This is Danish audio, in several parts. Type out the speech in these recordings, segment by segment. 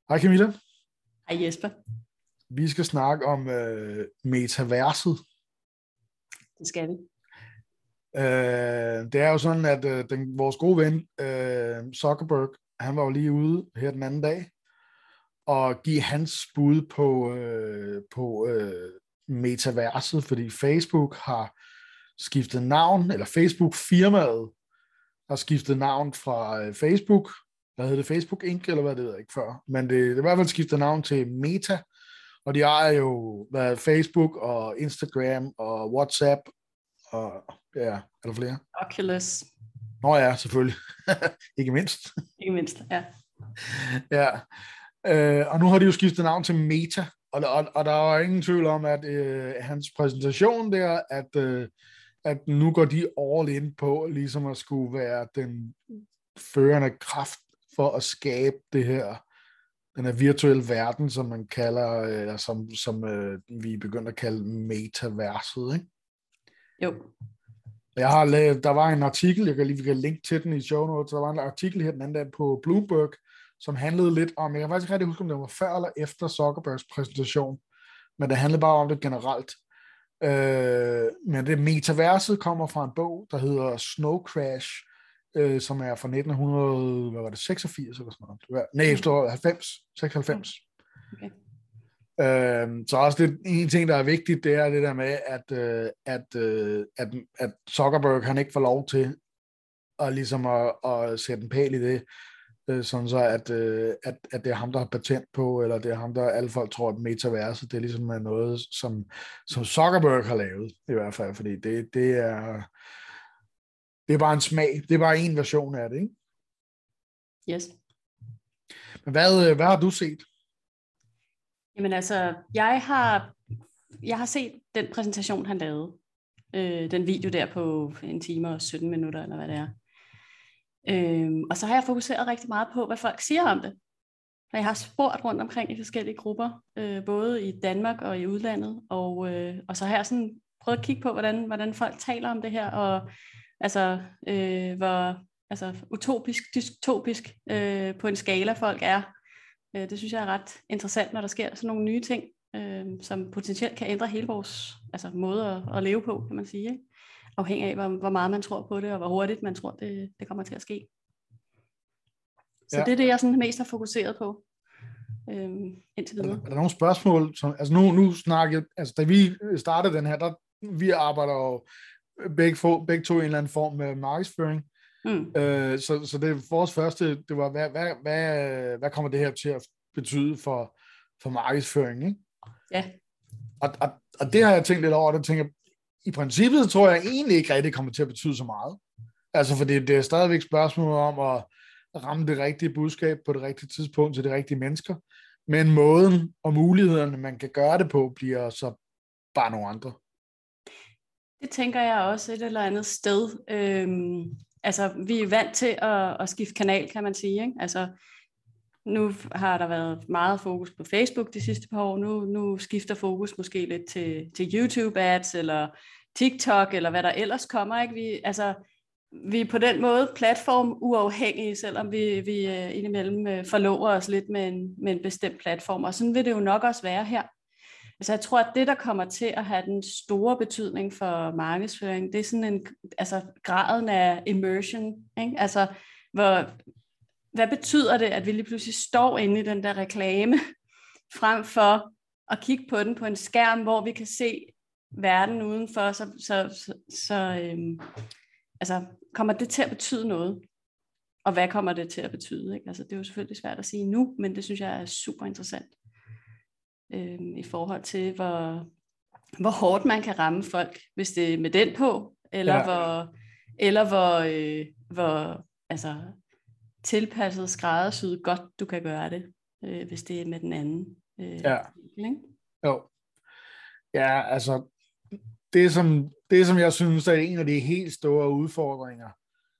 Hej Camilla. Hej Jesper. Vi skal snakke om metaverset. Det skal vi. Det er jo sådan, at vores gode ven Zuckerberg, han var jo lige ude her den anden dag og give hans bud på metaverset, fordi Facebook har skiftet navn, eller Facebook-firmaet har skiftet navn fra Facebook. Hvad hed det? Facebook Inc., eller hvad det ved jeg ikke før. Men det er i hvert fald skiftet navn til Meta, og de ejer jo Facebook og Instagram og WhatsApp, og ja, er der flere? Oculus. Nå ja, selvfølgelig. Ikke mindst. Ikke mindst, ja. Ja. Og nu har de jo skiftet navn til Meta, og der er ingen tvivl om, at hans præsentation der, at nu går de all in på ligesom at skulle være den førende kraft for at skabe det her, den her virtuelle verden, som man kalder, eller som vi begynder at kalde metaverset, ikke? Jo. Der var en artikel, vi kan linke til den i show notes, der var en artikel her den anden dag på Bloomberg, som handlede lidt om, jeg kan faktisk ikke rigtig huske, om det var før eller efter Zuckerbergs præsentation, men det handlede bare om det generelt. Men det metaverset kommer fra en bog, der hedder Snow Crash, som er fra 1986 eller sådan noget. Nej, 96. Okay. Så også det en ting, der er vigtigt, det er det der med, at Zuckerberg han ikke får lov til at, ligesom at sætte en pæl i det, sådan så at det er ham, der har patent på, eller det er ham, der alle folk tror, at metaverset, det er ligesom noget, som Zuckerberg har lavet, i hvert fald, fordi det er bare en smag, det er bare en version af det, ikke? Yes. Men hvad har du set? Jamen altså, jeg har set den præsentation, han lavede. Den video der på 1 time og 17 minutter, eller hvad det er. Og så har jeg fokuseret rigtig meget på, hvad folk siger om det. Og jeg har spurgt rundt omkring i forskellige grupper, både i Danmark og i udlandet. Og så har jeg sådan prøvet at kigge på, hvordan folk taler om det her, og altså, hvor utopisk, dystopisk på en skala folk er. Det synes jeg er ret interessant, når der sker sådan nogle nye ting, som potentielt kan ændre hele vores måde at leve på, kan man sige, ikke? Afhængig af, hvor meget man tror på det, og hvor hurtigt man tror, det kommer til at ske. Så det er det, jeg sådan mest har fokuseret på indtil videre. Er der nogle spørgsmål, som, nu snakker, da vi startede den her, vi arbejder jo begge to i en eller anden form med markedsføring. Så det vores første, det var, hvad kommer det her til at betyde for markedsføring, ikke? Ja. Og det har jeg tænkt lidt over, det tænker i princippet tror jeg egentlig ikke rigtig kommer til at betyde så meget. Altså, for det er stadigvæk spørgsmål om at ramme det rigtige budskab på det rigtige tidspunkt til de rigtige mennesker, men måden og mulighederne, man kan gøre det på, bliver så bare nogle andre. Det tænker jeg også et eller andet sted. Vi er vant til at skifte kanal, kan man sige, ikke? Altså, nu har der været meget fokus på Facebook de sidste par år. Nu skifter fokus måske lidt til YouTube-ads, eller TikTok, eller hvad der ellers kommer, ikke? Vi er på den måde platform uafhængige, selvom vi indimellem forlover os lidt med en bestemt platform. Og sådan vil det jo nok også være her. Altså jeg tror, at det, der kommer til at have den store betydning for markedsføring, det er sådan graden af immersion, ikke? Altså, hvad betyder det, at vi lige pludselig står inde i den der reklame, frem for at kigge på den på en skærm, hvor vi kan se verden udenfor, så kommer det til at betyde noget? Og hvad kommer det til at betyde, ikke? Altså, det er jo selvfølgelig svært at sige nu, men det synes jeg er super interessant. I forhold til, hvor hårdt man kan ramme folk, hvis det er med den på, eller hvor tilpasset, skræddersyet godt du kan gøre det, hvis det er med den anden. Ikke? Jo. Ja, altså det som jeg synes er en af de helt store udfordringer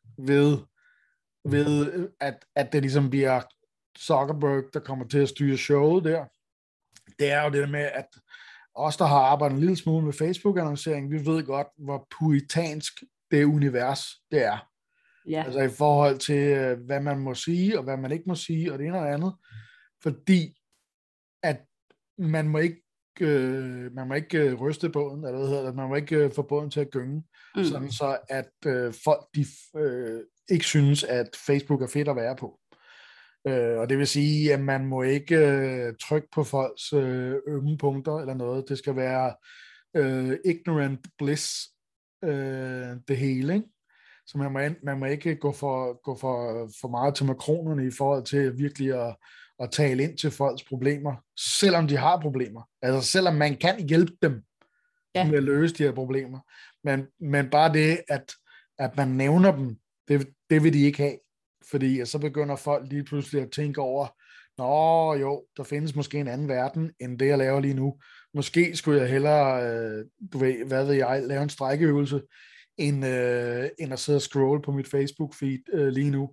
ved at det ligesom bliver Zuckerberg, der kommer til at styre showet der, det er jo det med, at os, der har arbejdet en lille smule med Facebook-annoncering, vi ved godt, hvor puritansk det univers det er. Ja. Altså i forhold til, hvad man må sige, og hvad man ikke må sige, og det ene og det andet. fordi at man må ikke ryste båden, eller hvad hedder det, man må ikke få båden til at gynge, sådan så at folk de ikke synes, at Facebook er fedt at være på. Og det vil sige, at man må ikke trykke på folks ømme punkter eller noget. Det skal være ignorant bliss, det hele, ikke? Så man må ikke gå for meget til makronerne i forhold til virkelig at tale ind til folks problemer, selvom de har problemer. Altså selvom man kan hjælpe dem med at løse de her problemer. Men bare det, at man nævner dem, det vil de ikke have. Fordi så begynder folk lige pludselig at tænke over, nå jo, der findes måske en anden verden, end det jeg laver lige nu. Måske skulle jeg hellere, lave en strækkeøvelse, end at sidde og scrolle på mit Facebook-feed lige nu.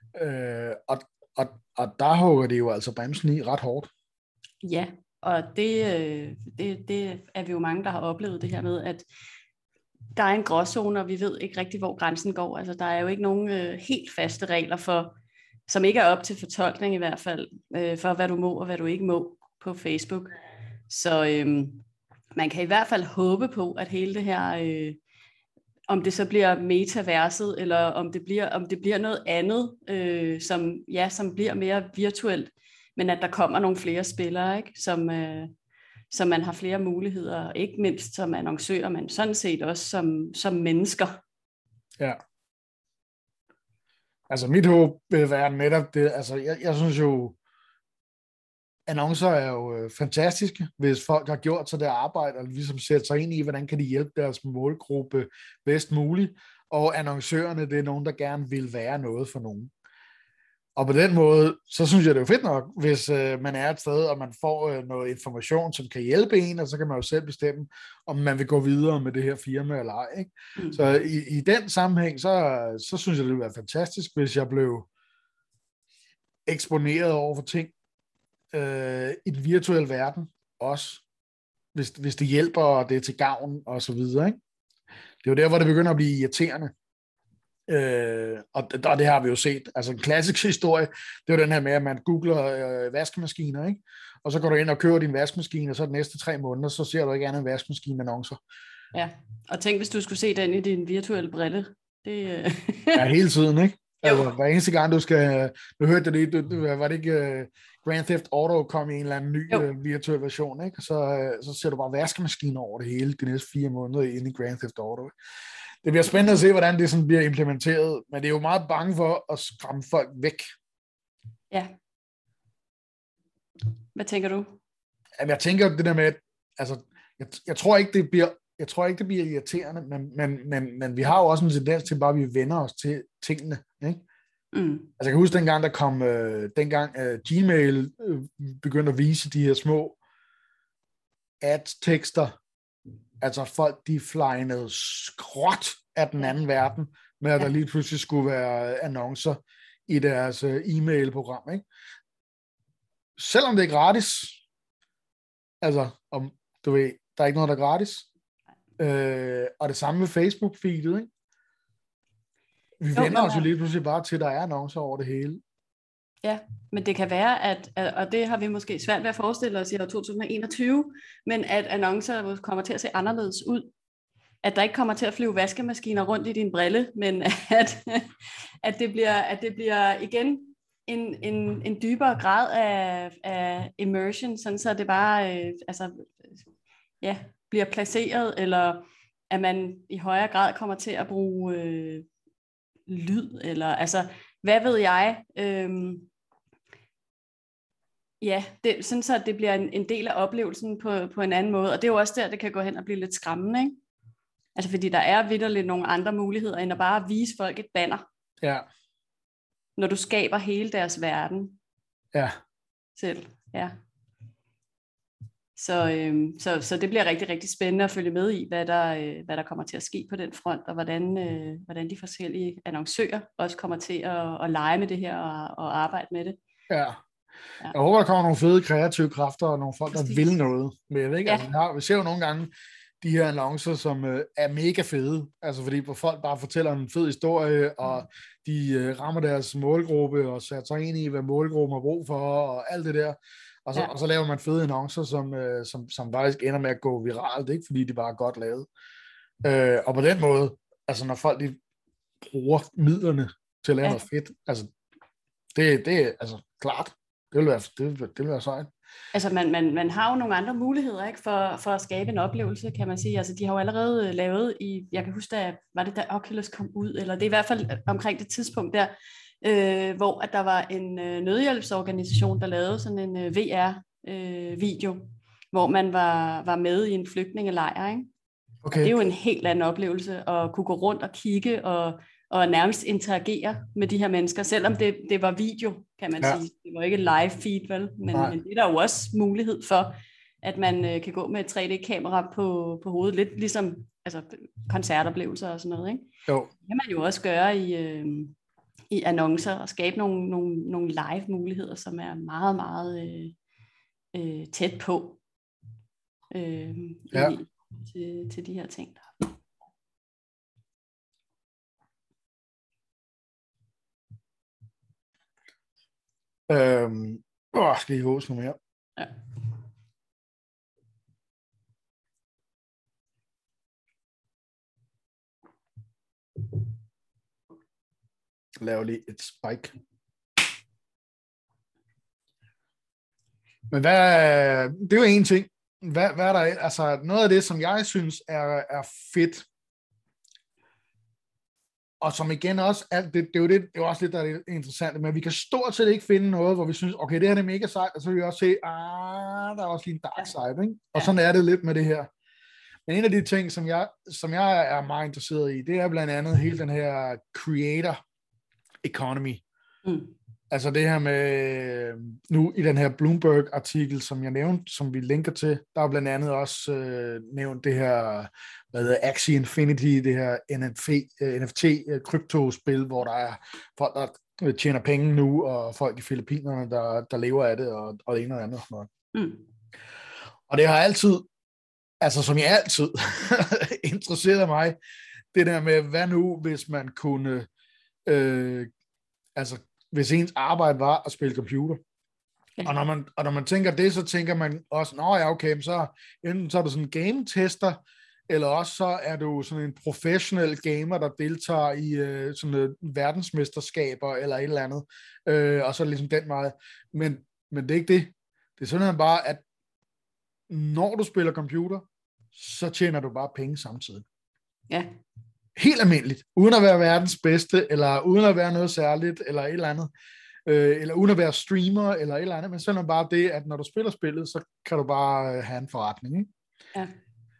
Og der hugger det jo altså bremsen i ret hårdt. Ja, og det er vi jo mange, der har oplevet det her med, at der er en gråzone, og vi ved ikke rigtig, hvor grænsen går. Altså, der er jo ikke nogen helt faste regler som ikke er op til fortolkning i hvert fald, for hvad du må og hvad du ikke må på Facebook. Så man kan i hvert fald håbe på, at hele det her, om det så bliver metaverset, eller om det bliver noget andet, som bliver mere virtuelt, men at der kommer nogle flere spillere, ikke? Som man har flere muligheder, ikke mindst som annoncører, men sådan set også som mennesker. Ja. Altså mit håb vil være netop det, altså jeg synes jo, annoncer er jo fantastiske, hvis folk har gjort sig det arbejde, og ligesom sætter sig ind i, hvordan kan de hjælpe deres målgruppe bedst muligt, og annoncørerne, det er nogen, der gerne vil være noget for nogen. Og på den måde, så synes jeg, det er jo fedt nok, hvis man er et sted, og man får noget information, som kan hjælpe en, og så kan man jo selv bestemme, om man vil gå videre med det her firma eller ej. Ikke? Så i den sammenhæng, så synes jeg, det ville være fantastisk, hvis jeg blev eksponeret over for ting i den virtuelle verden også, hvis det hjælper, og det er til gavn, og så videre. Ikke? Det er jo der, hvor det begynder at blive irriterende. Og det har vi jo set. Altså en klassisk historie, det er jo den her med, at man googler vaskemaskiner, ikke? Og så går du ind og køber din vaskemaskine, og så de næste 3 måneder, så ser du ikke andet end vaskemaskine-annoncer. Ja, og tænk, hvis du skulle se den i din virtuelle brille. Ja, hele tiden, ikke? Altså, hver eneste gang du skal... Nu hørte jeg det, var det ikke Grand Theft Auto kom i en eller anden ny virtuel version, ikke? Så ser du bare vaskemaskiner over det hele de næste 4 måneder inde i Grand Theft Auto. Det bliver spændende at se, hvordan det sådan bliver implementeret, men det er jo meget bange for at skræmme folk væk. Ja. Hvad tænker du? Jamen, jeg tænker det der med, altså, jeg tror ikke, det bliver irriterende, men vi har jo også en tendens til bare, at vi vender os til tingene, ikke? Altså, jeg kan huske dengang, der kom, Gmail begyndte at vise de her små ad-tekster. Altså folk, de flynede skråt af den anden verden, med at der lige pludselig skulle være annoncer i deres e-mail-program, ikke? Selvom det er gratis, altså, du ved, der er ikke noget, der er gratis. Og det samme med Facebook-feedet, ikke? Vi vender os jo lige pludselig bare til, at der er annoncer over det hele. Ja, men det kan være, og det har vi måske svært ved at forestille os i år 2021, men at annoncer kommer til at se anderledes ud. At der ikke kommer til at flyve vaskemaskiner rundt i din brille, men at det bliver igen en dybere grad af immersion, sådan så det bare bliver placeret, eller at man i højere grad kommer til at bruge lyd, eller altså, hvad ved jeg? Det, sådan så det bliver en del af oplevelsen på en anden måde, og det er jo også der, det kan gå hen og blive lidt skræmmende, ikke? Altså, fordi der er vitterligt nogle andre muligheder, end at bare vise folk et banner. Ja. Når du skaber hele verden. Ja. Selv, ja. Så det bliver rigtig, rigtig spændende at følge med i, hvad der kommer til at ske på den front, og hvordan de forskellige annoncører også kommer til at lege med det her og arbejde med det. Ja. Jeg håber, der kommer nogle fede kreative kræfter og nogle folk, der vil noget. Men jeg ved ikke, altså, vi ser jo nogle gange, de her annoncer, som er mega fede, altså fordi folk bare fortæller en fed historie, og de rammer deres målgruppe, og sætter sig ind i, hvad målgruppen har brug for, og alt det der, og så laver man fede annoncer, som faktisk ender med at gå viralt, ikke? Fordi de bare er godt lavet. Og på den måde, altså når folk de bruger midlerne til at lave noget fedt, altså det er altså klart, det vil være sejt. Altså man har jo nogle andre muligheder, ikke, for at skabe en oplevelse, kan man sige. Altså de har jo allerede lavet jeg kan huske, var det da Oculus kom ud, eller det er i hvert fald omkring det tidspunkt der, hvor at der var en nødhjælpsorganisation, der lavede sådan en VR-video, hvor man var med i en flygtningelejr, ikke? Okay. Og det er jo en helt anden oplevelse at kunne gå rundt og kigge og nærmest interagere med de her mennesker, selvom det var video, kan man sige. Det var ikke live feed, vel? Men det er der jo også mulighed for, at man kan gå med et 3D-kamera på hovedet, lidt ligesom altså, koncertoplevelser og sådan noget, ikke? Jo. Det kan man jo også gøre i annoncer og skabe nogle live-muligheder, som er meget, meget tæt på til de her ting. Skal I hose noget mere? Ja. Lav lige et spike. Men det er jo en ting. Hvad er der? Altså noget af det, som jeg synes er fedt, og som igen også, det er jo også lidt, der er interessant, men vi kan stort set ikke finde noget, hvor vi synes, okay, det her er mega sejt, og så vil vi også se, der er også lige en dark side, ikke? Og sådan er det lidt med det her. Men en af de ting, som jeg er meget interesseret i, det er blandt andet hele den her creator economy. Altså det her med, nu i den her Bloomberg-artikel, som jeg nævnte, som vi linker til, der er blandt andet også nævnt det her, hvad hedder Axie Infinity, det her NFT-kryptospil, hvor der er folk, der tjener penge nu, og folk i Filippinerne, der lever af det, og det ene og det andet. Og det har altid, altså som jeg altid, interesseret mig, det der med, hvad nu, hvis man kunne, altså hvis ens arbejde var at spille computer. Ja. Og når man tænker det, så tænker man også, okay, så enten så er du sådan en game-tester, eller også så er du sådan en professionel gamer, der deltager i sådan verdensmesterskaber, eller et eller andet, og så er det ligesom den meget. Men det er ikke det. Det er sådan bare, at når du spiller computer, så tjener du bare penge samtidig. Ja. Helt almindeligt, uden at være verdens bedste, eller uden at være noget særligt, eller et eller andet, eller uden at være streamer, eller et eller andet, men sådan er bare det, at når du spiller spillet, så kan du bare have en forretning, ikke? Ja.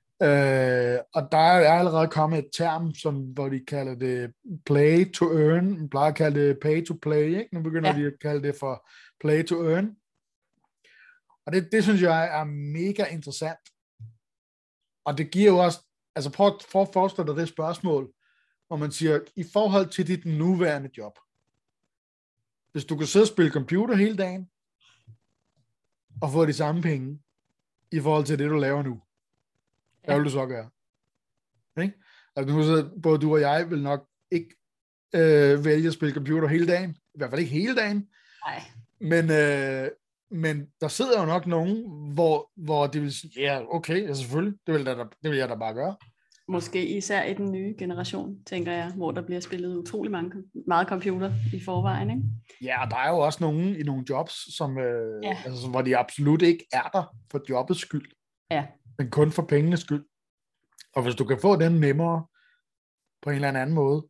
Og der er allerede kommet et term, hvor de kalder det play to earn, man plejer at kalde det pay to play, ikke? Nu begynder de at kalde det for play to earn, og det synes jeg er mega interessant, og det giver jo også, altså prøv at forestille dig det spørgsmål, hvor man siger, i forhold til dit nuværende job, hvis du kan sidde og spille computer hele dagen, og få de samme penge, i forhold til det, du laver nu, hvad vil du så gøre? Ikke? Altså nu så både du og jeg vil nok ikke vælge at spille computer hele dagen, i hvert fald ikke hele dagen. Nej. Men der sidder jo nok nogen, hvor de vil sige, ja, okay, ja, selvfølgelig, det vil jeg da bare gøre. Måske især i den nye generation, tænker jeg, hvor der bliver spillet utrolig meget computer i forvejen, ikke? Ja, og der er jo også nogen i nogle jobs, som, altså, hvor de absolut ikke er der for jobbets skyld, men kun for pengenes skyld. Og hvis du kan få den nemmere på en eller anden måde,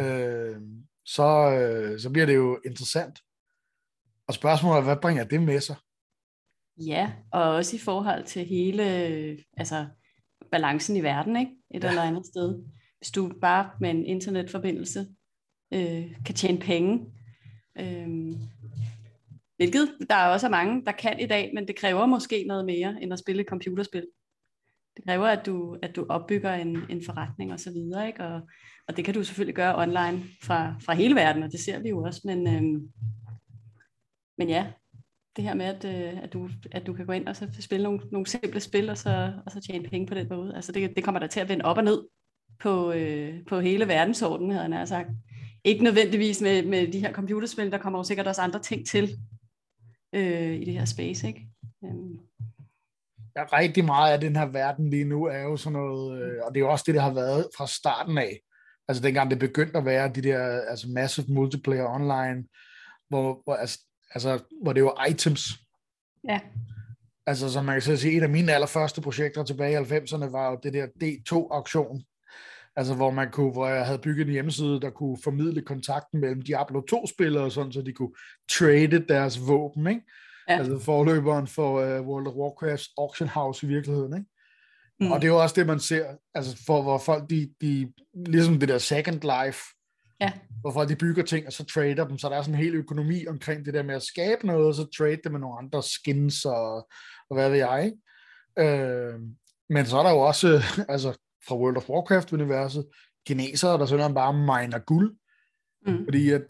så bliver det jo interessant. Og spørgsmålet er, hvad bringer det med sig? Ja, og også i forhold til hele altså balancen i verden, ikke? Et eller andet sted. Hvis du bare med en internetforbindelse kan tjene penge, hvilket der er også mange, der kan i dag, men det kræver måske noget mere, end at spille et computerspil. Det kræver, at du opbygger en forretning og så videre, ikke? Og det kan du selvfølgelig gøre online fra hele verden, og det ser vi jo også, men ja, Det her med, at du kan gå ind og så spille nogle simple spil, og så tjene penge på den måde. Altså det kommer der til at vende op og ned på hele verdensordenen, havde jeg sagt. Ikke nødvendigvis med de her computerspil, der kommer jo sikkert også andre ting til i det her space, ikke? Ja, rigtig meget af den her verden lige nu er jo sådan noget, og det er jo også det, der har været fra starten af. Altså dengang det begyndte at være de der altså massive multiplayer online, hvor det var items. Ja. Altså som man kan sige, et af mine allerførste projekter tilbage i 90'erne var jo det der D2-auktion. Altså hvor jeg havde bygget en hjemmeside, der kunne formidle kontakten mellem Diablo 2-spillere, sådan så de kunne trade deres våben, ikke? Ja. Altså forløberen for World of Warcraft's Auction House i virkeligheden, ikke? Mm. Og det er jo også det, man ser, altså for hvor folk, de ligesom det der Second Life, ja. Hvor folk de bygger ting, og så trader dem, så der er sådan en hel økonomi omkring det der med at skabe noget, og så trade det med nogle andre skins, og hvad ved jeg, ikke? Men så er der jo også, altså fra World of Warcraft-universet, kinesere, der simpelthen bare miner guld, fordi at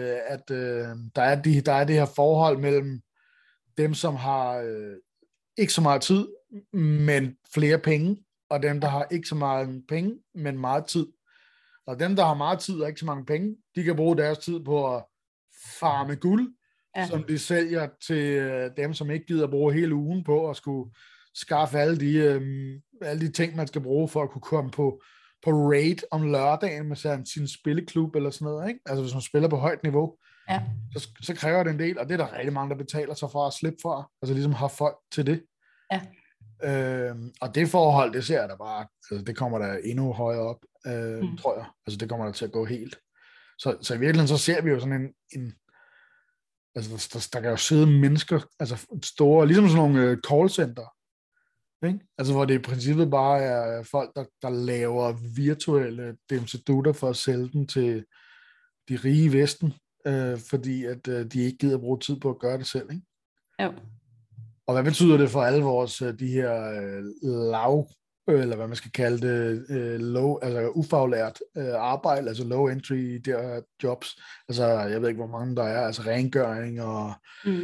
der er det her forhold mellem dem, som har ikke så meget tid, men flere penge, og dem, der har ikke så meget penge, men meget tid. Og dem, der har meget tid og ikke så mange penge, de kan bruge deres tid på at farme guld, ja. Som de sælger til dem, som ikke gider bruge hele ugen på at skulle skaffe alle de ting, man skal bruge for at kunne komme på raid om lørdagen med sin spilleklub eller sådan noget, ikke? Altså hvis man spiller på højt niveau, ja. så kræver det en del, og det er der rigtig mange, der betaler sig for at slippe fra, altså ligesom har folk til det. Ja. Og det forhold, det ser jeg da bare, altså det kommer der endnu højere op, tror jeg. Altså det kommer der til at gå helt. Så i virkeligheden, så ser vi jo sådan en altså der kan jo sidde mennesker, altså store, ligesom sådan nogle callcenter, ikke? Altså hvor det i princippet bare er folk, der laver virtuelle demsedutter for at sælge dem til de rige i Vesten, fordi at de ikke gider bruge tid på at gøre det selv, ikke? Jo. Og hvad betyder det for alle vores, de her eller hvad man skal kalde det, altså ufaglært arbejde, altså low entry der jobs, altså jeg ved ikke, hvor mange der er, altså rengøring og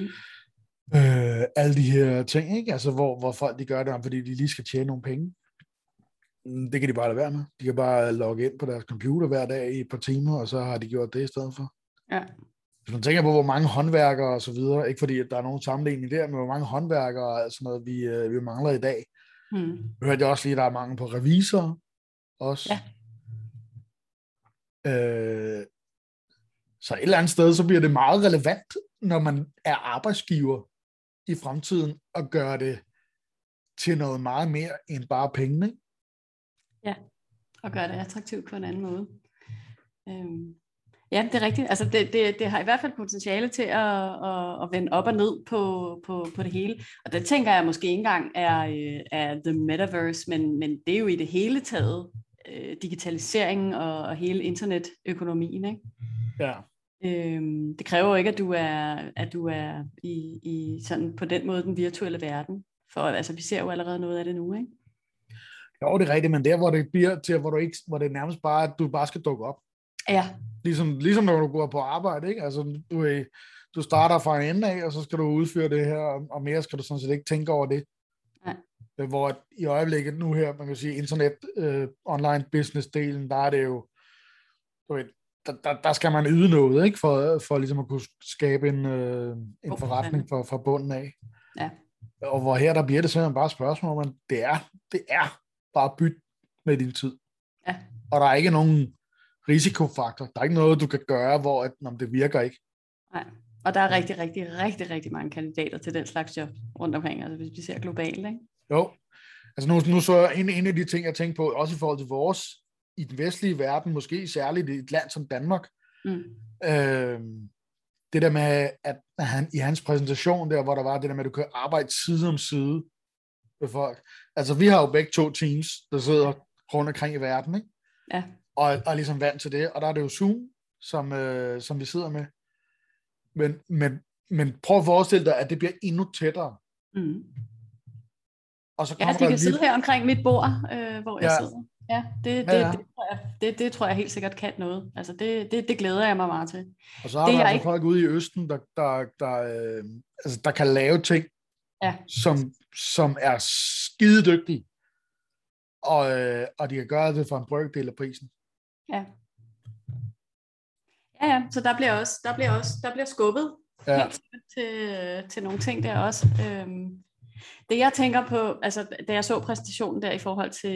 alle de her ting, ikke? Altså hvor folk de gør det, fordi de lige skal tjene nogle penge. Det kan de bare lade være med. De kan bare logge ind på deres computer hver dag i et par timer, og så har de gjort det i stedet for. Ja. Hvis man tænker på, hvor mange håndværkere og så videre, ikke fordi, at der er nogen sammenligning der, men hvor mange håndværkere og alt sådan noget, vi mangler i dag. Jeg hørte også lige, at der er mangel på revisorer også. Ja. Så et eller andet sted, så bliver det meget relevant, når man er arbejdsgiver i fremtiden, og gøre det til noget meget mere end bare pengene. Ikke? Ja, og gøre det attraktivt på en anden måde. Ja, det er rigtigt. Altså det har i hvert fald potentiale til at vende op og ned på det hele. Og det tænker jeg måske ikke engang er the metaverse, men det er jo i det hele taget digitaliseringen og hele internetøkonomien, ikke? Ja. Det kræver jo ikke, at du er i sådan på den måde den virtuelle verden. For altså, vi ser jo allerede noget af det nu, ikke? Jo, det er rigtigt, men der hvor det bliver til, hvor det er nærmest bare, at du bare skal dukke op. Ja. Ligesom når du går på arbejde, ikke? Altså, du starter fra en ende af, og så skal du udføre det her, og mere skal du sådan set ikke tænke over det. Ja. Hvor i øjeblikket nu her, man kan sige, internet, online business-delen, der er det jo, der skal man yde noget, ikke? For ligesom at kunne skabe en forretning fra bunden af. Ja. Og hvor her, der bliver det simpelthen bare et spørgsmål, men det er bare byt med din tid. Ja. Og der er ikke nogen risikofaktor. Der er ikke noget, du kan gøre, hvor det virker ikke. Nej. Og der er rigtig mange kandidater til den slags job rundt omkring, altså hvis vi ser globalt, ikke? Jo. Altså nu så jeg en af de ting, jeg tænkte på, også i forhold til vores, i den vestlige verden, måske særligt i et land som Danmark, det der med, at i hans præsentation der, hvor der var det der med, at du kan arbejde side om side med folk. Altså vi har jo begge to teams, der sidder rundt omkring i verden, ikke? Ja. Og ligesom vant til det, og der er det jo Zoom, som vi sidder med. Men prøv at forestille dig, at det bliver endnu tættere. Og så de kan sidde her omkring mit bord, hvor jeg sidder. Ja, Ja. det tror jeg helt sikkert kan noget. Altså det glæder jeg mig meget til. Og så har Det du jeg altså ikke... folk ude i Østen, altså, der kan lave ting, Ja, som er skide dygtige, og de kan gøre det for en brøkdel af prisen. ja. Ja, så der bliver skubbet Ja. helt til nogle ting der også. Det jeg tænker på, altså da jeg så præsentationen der i forhold til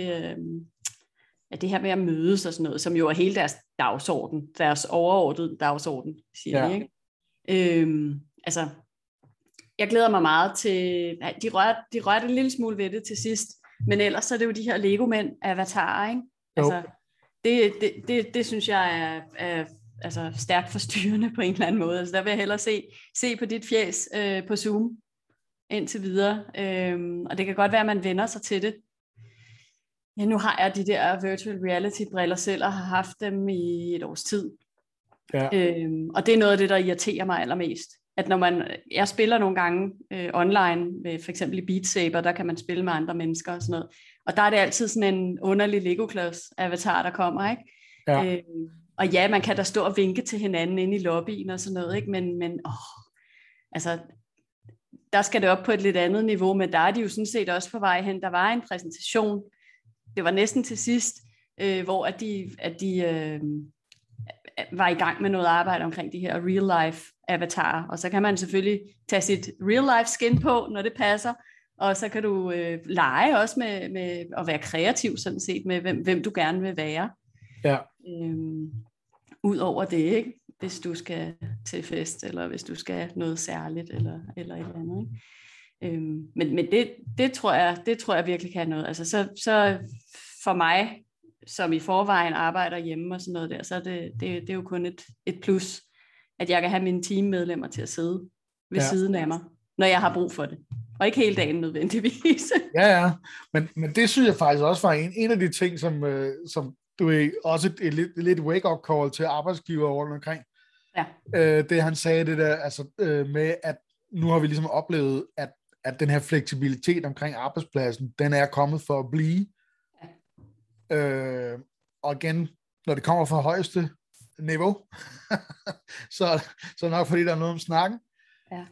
det her med at mødes og sådan noget, som jo er hele deres dagsorden, deres overordnede dagsorden, siger de, ikke? Altså, jeg glæder mig meget til, de rørte en lille smule ved det til sidst, men ellers så er det jo de her Lego-mænd, avatarer, ikke? Altså, det synes jeg er altså stærkt forstyrrende på en eller anden måde. Altså der vil jeg hellere se på dit fjæs på Zoom indtil videre. Og det kan godt være, at man vender sig til det. Ja, nu har jeg de der virtual reality briller selv, og har haft dem i et års tid. Ja. Og det er noget af det, der irriterer mig allermest. At når jeg spiller nogle gange online, for eksempel i Beat Saber, der kan man spille med andre mennesker og sådan noget. Og der er det altid sådan en underlig Lego-klods avatar, der kommer, ikke? Ja. Og ja, man kan da stå og vinke til hinanden inde i lobbyen og sådan noget, ikke? Men altså, der skal det op på et lidt andet niveau, men der er de jo sådan set også på vej hen. Der var en præsentation, det var næsten til sidst, hvor at de var i gang med noget arbejde omkring de her real-life avatarer, og så kan man selvfølgelig tage sit real-life skin på, når det passer, og så kan du lege også med at være kreativ sådan set, med hvem du gerne vil være. Ja. Ud over det, ikke? Hvis du skal til fest, eller hvis du skal noget særligt, eller et eller andet, ikke? Men det tror jeg virkelig kan noget. Altså så for mig, som i forvejen arbejder hjemme og sådan noget der, så det er jo kun et plus, at jeg kan have mine teammedlemmer til at sidde ved siden af mig, når jeg har brug for det. Og ikke hele dagen nødvendigvis. Ja. Men det synes jeg faktisk også var en af de ting, som du er også et lidt wake-up call til arbejdsgiver rundt omkring. Ja. Det han sagde, det der, altså med, at nu har vi ligesom oplevet, at den her fleksibilitet omkring arbejdspladsen, den er kommet for at blive. Ja. Og igen, når det kommer fra højeste niveau, så nok fordi der er noget om snakken. Ja.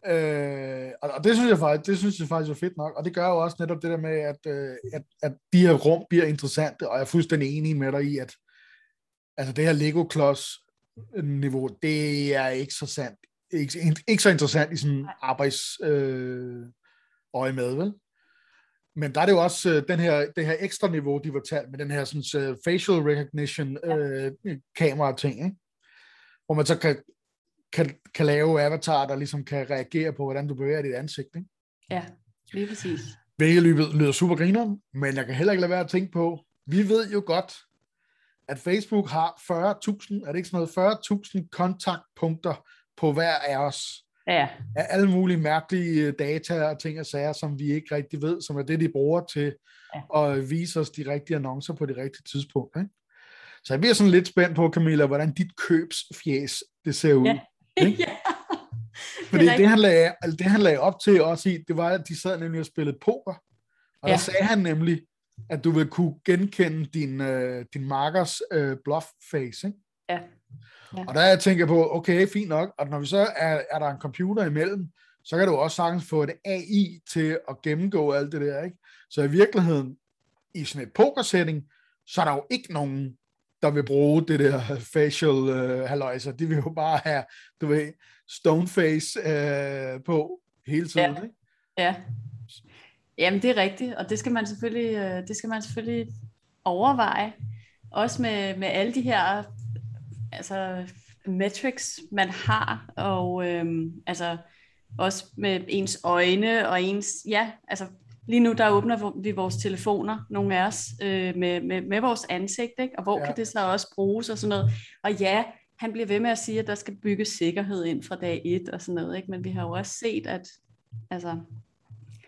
Og det synes jeg faktisk er fedt nok, og det gør jo også netop det der med, at de her rum bliver interessante, og jeg er fuldstændig enig med dig i, at altså det her Lego-klods-niveau, det er ikke så sandt, ikke så interessant i sådan arbejdsøje med, vel? Men der er det jo også det her ekstra niveau, de var talt med den her sådan, facial recognition kamera ting, ikke? Hvor man så kan lave avatar, der ligesom kan reagere på, hvordan du bevæger dit ansigt, ikke? Ja, lige præcis. Hvilket lyder super grineren, men jeg kan heller ikke lade være at tænke på, vi ved jo godt, at Facebook har 40.000, er det ikke sådan noget, 40.000 kontaktpunkter på hver af os. Ja. Af alle mulige mærkelige data og ting og sager, som vi ikke rigtig ved, som er det, de bruger til at vise os de rigtige annoncer på de rigtige tidspunkt, ikke? Så jeg bliver sådan lidt spændt på, Camilla, hvordan dit købsfjæs, det ser ud. Ja. Ikke? Ja. Fordi det han lagde op til også i, det var, at de sad nemlig og spillede poker. Og der sagde han nemlig, at du vil kunne genkende din markers bluff face, ikke? Ja. Ja. Og der jeg tænker på, okay, fint nok, og når vi så er der en computer imellem, så kan du også sagtens få et AI til at gennemgå alt det der, ikke? Så i virkeligheden, i sådan et pokersetting, så er der jo ikke nogen, der vil bruge det der facial halløjser. De vil jo bare have, du ved, stoneface på hele tiden, ikke? Ja. Jamen, det er rigtigt, og det skal man selvfølgelig overveje. Også med alle de her altså metrics, man har, og altså også med ens øjne og ens, altså lige nu der åbner vi vores telefoner, nogle af os, med vores ansigt, ikke? Og hvor kan det så også bruges og sådan noget. Og han bliver ved med at sige, at der skal bygges sikkerhed ind fra dag 1 og sådan noget, ikke? Men vi har jo også set, at altså,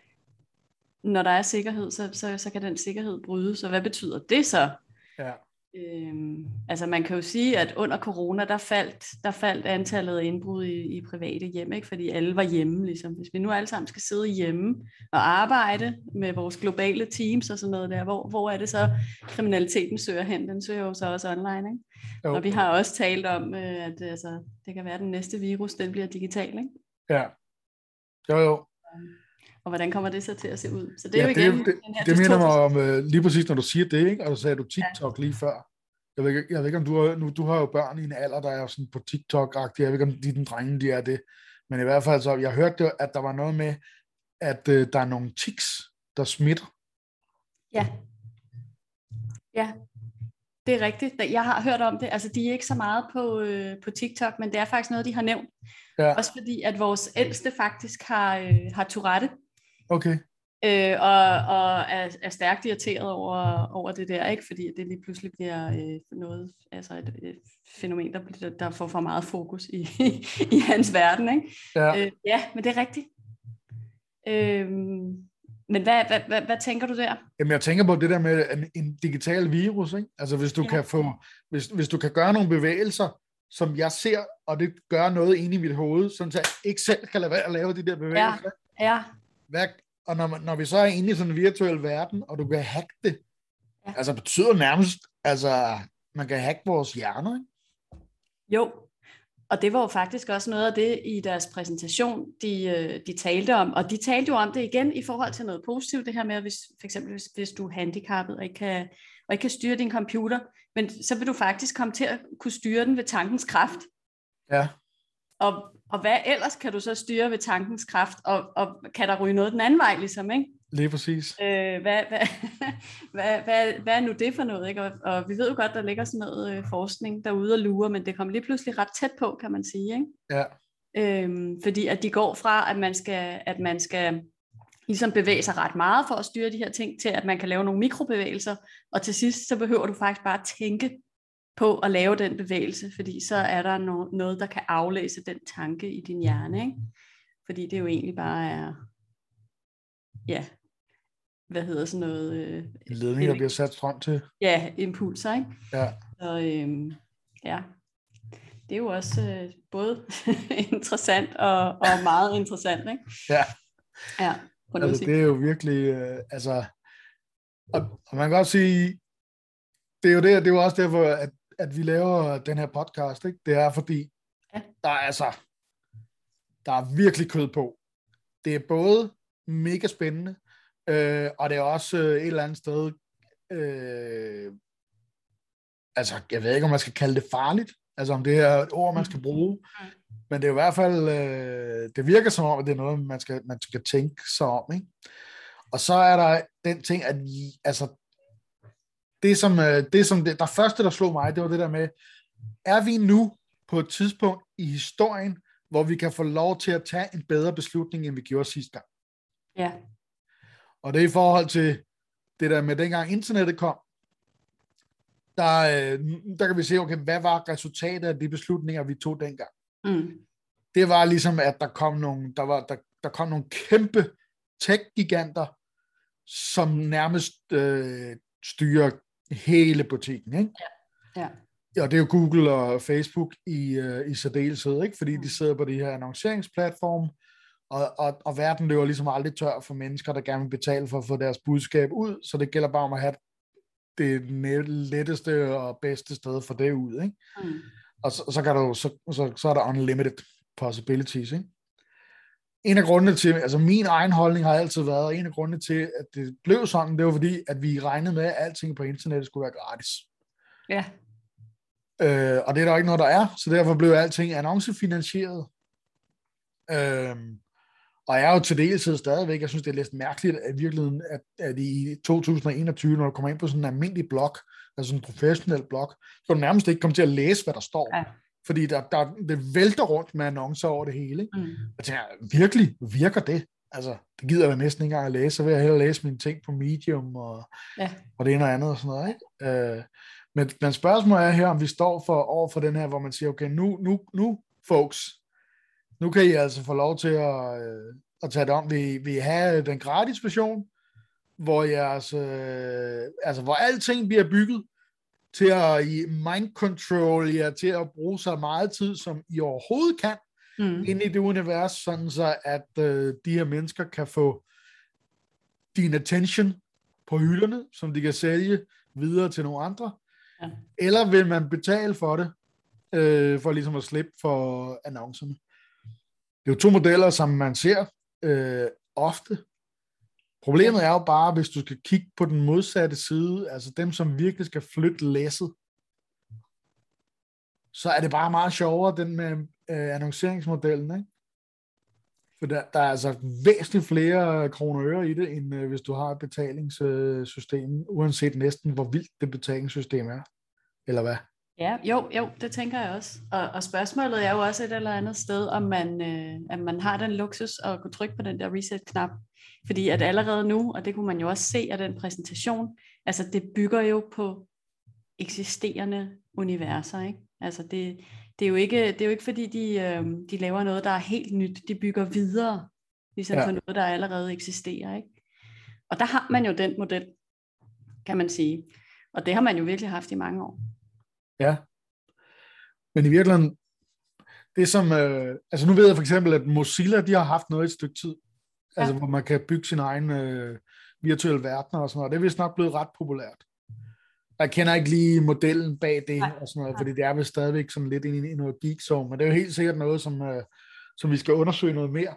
når der er sikkerhed, så kan den sikkerhed brydes. Så hvad betyder det så? Ja. Altså man kan jo sige, at under corona, der faldt antallet af indbrud i private hjem, ikke? Fordi alle var hjemme, ligesom. Hvis vi nu alle sammen skal sidde hjemme og arbejde med vores globale teams og sådan noget der, hvor er det så, kriminaliteten søger hen? Den søger jo så også online, ikke? Jo. Og vi har også talt om, at altså, det kan være, at den næste virus, den bliver digital, ikke? Ja. Jo. Og hvordan kommer det så til at se ud? Så det er Ja, jo igen det minder mig om, lige præcis når du siger det, ikke? Og så sagde du TikTok lige før. Jeg ved ikke om du har jo børn i en alder, der er sådan på TikTok-agtige. Jeg ved ikke, om de drenge, de er det. Men i hvert fald så, jeg hørte, at der var noget med, at der er nogle tics, der smitter. Ja. Ja, det er rigtigt. Jeg har hørt om det. Altså, de er ikke så meget på TikTok, men det er faktisk noget, de har nævnt. Ja. Også fordi, at vores ældste faktisk har Tourette. Okay. Og er stærkt irriteret over det der, ikke? Fordi det lige pludselig bliver noget, altså et fænomen, der får for meget fokus i hans verden, ikke? Ja. Ja, men det er rigtigt. Men hvad tænker du der? Jamen, jeg tænker på det der med en digital virus, ikke? Altså, hvis du kan hvis du kan gøre nogle bevægelser, som jeg ser, og det gør noget inde i mit hoved, sådan så jeg ikke selv kan lade være at lave de der bevægelser. Ja. Og når vi så er inde i sådan en virtuel verden, og du kan hacke det, altså betyder nærmest, altså man kan hacke vores hjerner, ikke? Jo, og det var jo faktisk også noget af det i deres præsentation, de talte om, og de talte jo om det igen i forhold til noget positivt, det her med, hvis du er handicappet og ikke kan styre din computer, men så vil du faktisk komme til at kunne styre den ved tankens kraft. Ja. Og hvad ellers kan du så styre ved tankens kraft, og kan der ryge noget den anden vej, ligesom, ikke? Lige præcis. Hvad er nu det for noget, ikke? Og vi ved jo godt, der ligger sådan noget forskning derude og lurer, men det kommer lige pludselig ret tæt på, kan man sige, ikke? Ja. Fordi at de går fra, at man skal ligesom bevæge sig ret meget for at styre de her ting, til at man kan lave nogle mikrobevægelser, og til sidst så behøver du faktisk bare tænke på at lave den bevægelse, fordi så er der noget, der kan aflæse den tanke i din hjerne, ikke? Fordi det jo egentlig bare er, hvad hedder sådan noget? Ledning, der bliver sat strøm til. Ja, impulser, ikke? Ja. Så det er jo også både interessant og meget interessant, ikke? Ja. Ja, altså, det er jo virkelig, og man kan godt sige, det er jo også derfor, at vi laver den her podcast, ikke? Det er fordi, der er virkelig kød på. Det er både mega spændende, og det er også et eller andet sted, altså, jeg ved ikke, om man skal kalde det farligt, altså om det er et ord, man skal bruge, men det er i hvert fald, det virker som om, at det er noget, man skal tænke sig om, ikke? Og så er der den ting, at altså, det der første, der slog mig, det var det der med, er vi nu på et tidspunkt i historien, hvor vi kan få lov til at tage en bedre beslutning, end vi gjorde sidste gang? Ja. Og det er i forhold til det der med, dengang internettet kom, der kan vi se, okay, hvad var resultatet af de beslutninger, vi tog dengang? Det var ligesom, at der kom nogle kæmpe tech-giganter, som nærmest styrer hele butikken, ikke? Ja. Og det er jo Google og Facebook i særdeleshed, ikke? Fordi de sidder på de her annonceringsplatforme, og verden løber ligesom aldrig tør for mennesker, der gerne vil betale for at få deres budskab ud, så det gælder bare om at have det letteste og bedste sted for det ud, ikke? Og så er der unlimited possibilities, ikke? En af grundene til, altså min egen holdning har altid været, og en af grundene til, at det blev sådan, det var fordi, at vi regnede med, at alting på internettet skulle være gratis. Ja. Og det er der ikke noget, der er, så derfor blev alting annoncefinansieret. Og jeg er jo til deltid stadigvæk, jeg synes, det er lidt mærkeligt, at virkeligheden, at i 2021, når du kommer ind på sådan en almindelig blog, altså en professionel blog, så kan du nærmest ikke komme til at læse, hvad der står. Ja. Fordi det vælter rundt med annoncer over det hele. Ikke? Jeg tænker, virkelig virker det? Altså, det gider jeg næsten ikke engang at læse, så vil jeg hellere læse mine ting på Medium og det ene og andet og sådan noget. Ikke? Men spørgsmålet er her, om vi står over for den her, hvor man siger, okay, nu folks, nu kan I altså få lov til at tage det om. Vil I have den gratis version, hvor hvor alting bliver bygget til at mind control jer, til at bruge så meget tid, som I overhovedet kan, ind i det univers, sådan så at de her mennesker kan få din attention på hylderne, som de kan sælge videre til nogle andre. Ja. Eller vil man betale for det, for ligesom at slippe for annoncerne? Det er jo to modeller, som man ser ofte. Problemet er jo bare, hvis du skal kigge på den modsatte side, altså dem, som virkelig skal flytte læsset, så er det bare meget sjovere, den med annonceringsmodellen, ikke? For der er altså væsentligt flere kroner og øre i det, end hvis du har et betalingssystem, uanset næsten, hvor vildt det betalingssystem er. Eller hvad? Ja, jo, det tænker jeg også. Og spørgsmålet er jo også et eller andet sted, om man har den luksus at kunne trykke på den der reset-knap. Fordi at allerede nu, og det kunne man jo også se af den præsentation, altså det bygger jo på eksisterende universer, ikke? Altså det er jo ikke fordi de laver noget, der er helt nyt. De bygger videre, ligesom på noget, der allerede eksisterer, ikke? Og der har man jo den model, kan man sige. Og det har man jo virkelig haft i mange år. Ja. Men i virkeligheden, det som, altså nu ved jeg for eksempel, at Mozilla, de har haft noget et stykke tid, altså hvor man kan bygge sin egen virtuelle verdener og sådan noget. Det er vist nok blevet ret populært. Jeg kender ikke lige modellen bag det og sådan noget, fordi det er vel stadigvæk sådan lidt i noget geek-zone, men det er jo helt sikkert noget, som vi skal undersøge noget mere.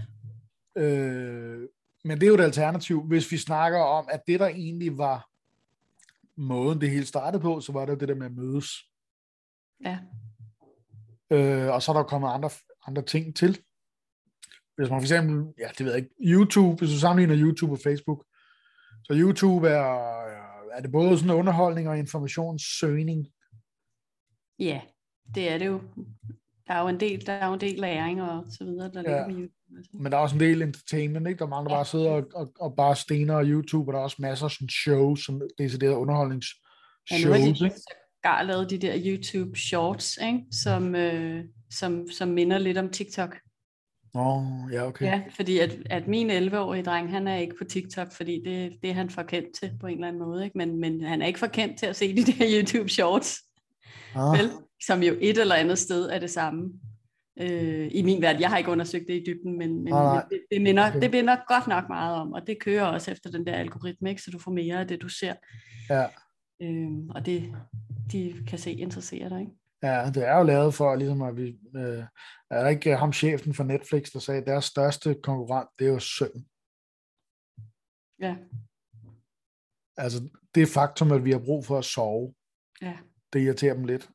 Men det er jo et alternativ, hvis vi snakker om, at det der egentlig var måden, det hele startede på, så var det jo det der med at mødes. Ja. Og så er der kommet andre ting til. Hvis man for eksempel, ja, det ved jeg ikke, YouTube, hvis du sammenligner YouTube og Facebook, så YouTube er det både sådan underholdning og informationssøgning? Ja, det er det jo. Der er jo en del læring og så videre, der ligger på YouTube. Altså. Men der er også en del entertainment, ikke? Der er mange, der bare sidder og bare stener og YouTube, og der er også masser af sådan shows, som deciderede underholdningsshows. Ja, nu har de sågar lavet de der YouTube shorts, ikke? Som minder lidt om TikTok. Ja, okay. Ja, fordi at min 11-årige dreng, han er ikke på TikTok, fordi det er han for kendt til på en eller anden måde, ikke? Men han er ikke for kendt til at se de der YouTube shorts. Vel? Som jo et eller andet sted er det samme. I min verden, jeg har ikke undersøgt det i dybden, men det minder godt nok meget om, og det kører også efter den der algoritme, ikke? Så du får mere af det, du ser. Ja. Og det, de kan se interesserer dig, ikke? Ja, det er jo lavet for, ligesom at vi... er der ikke ham chefen for Netflix, der sagde, at deres største konkurrent, det er jo søvn. Ja. Altså, det faktum, at vi har brug for at sove, det irriterer dem lidt.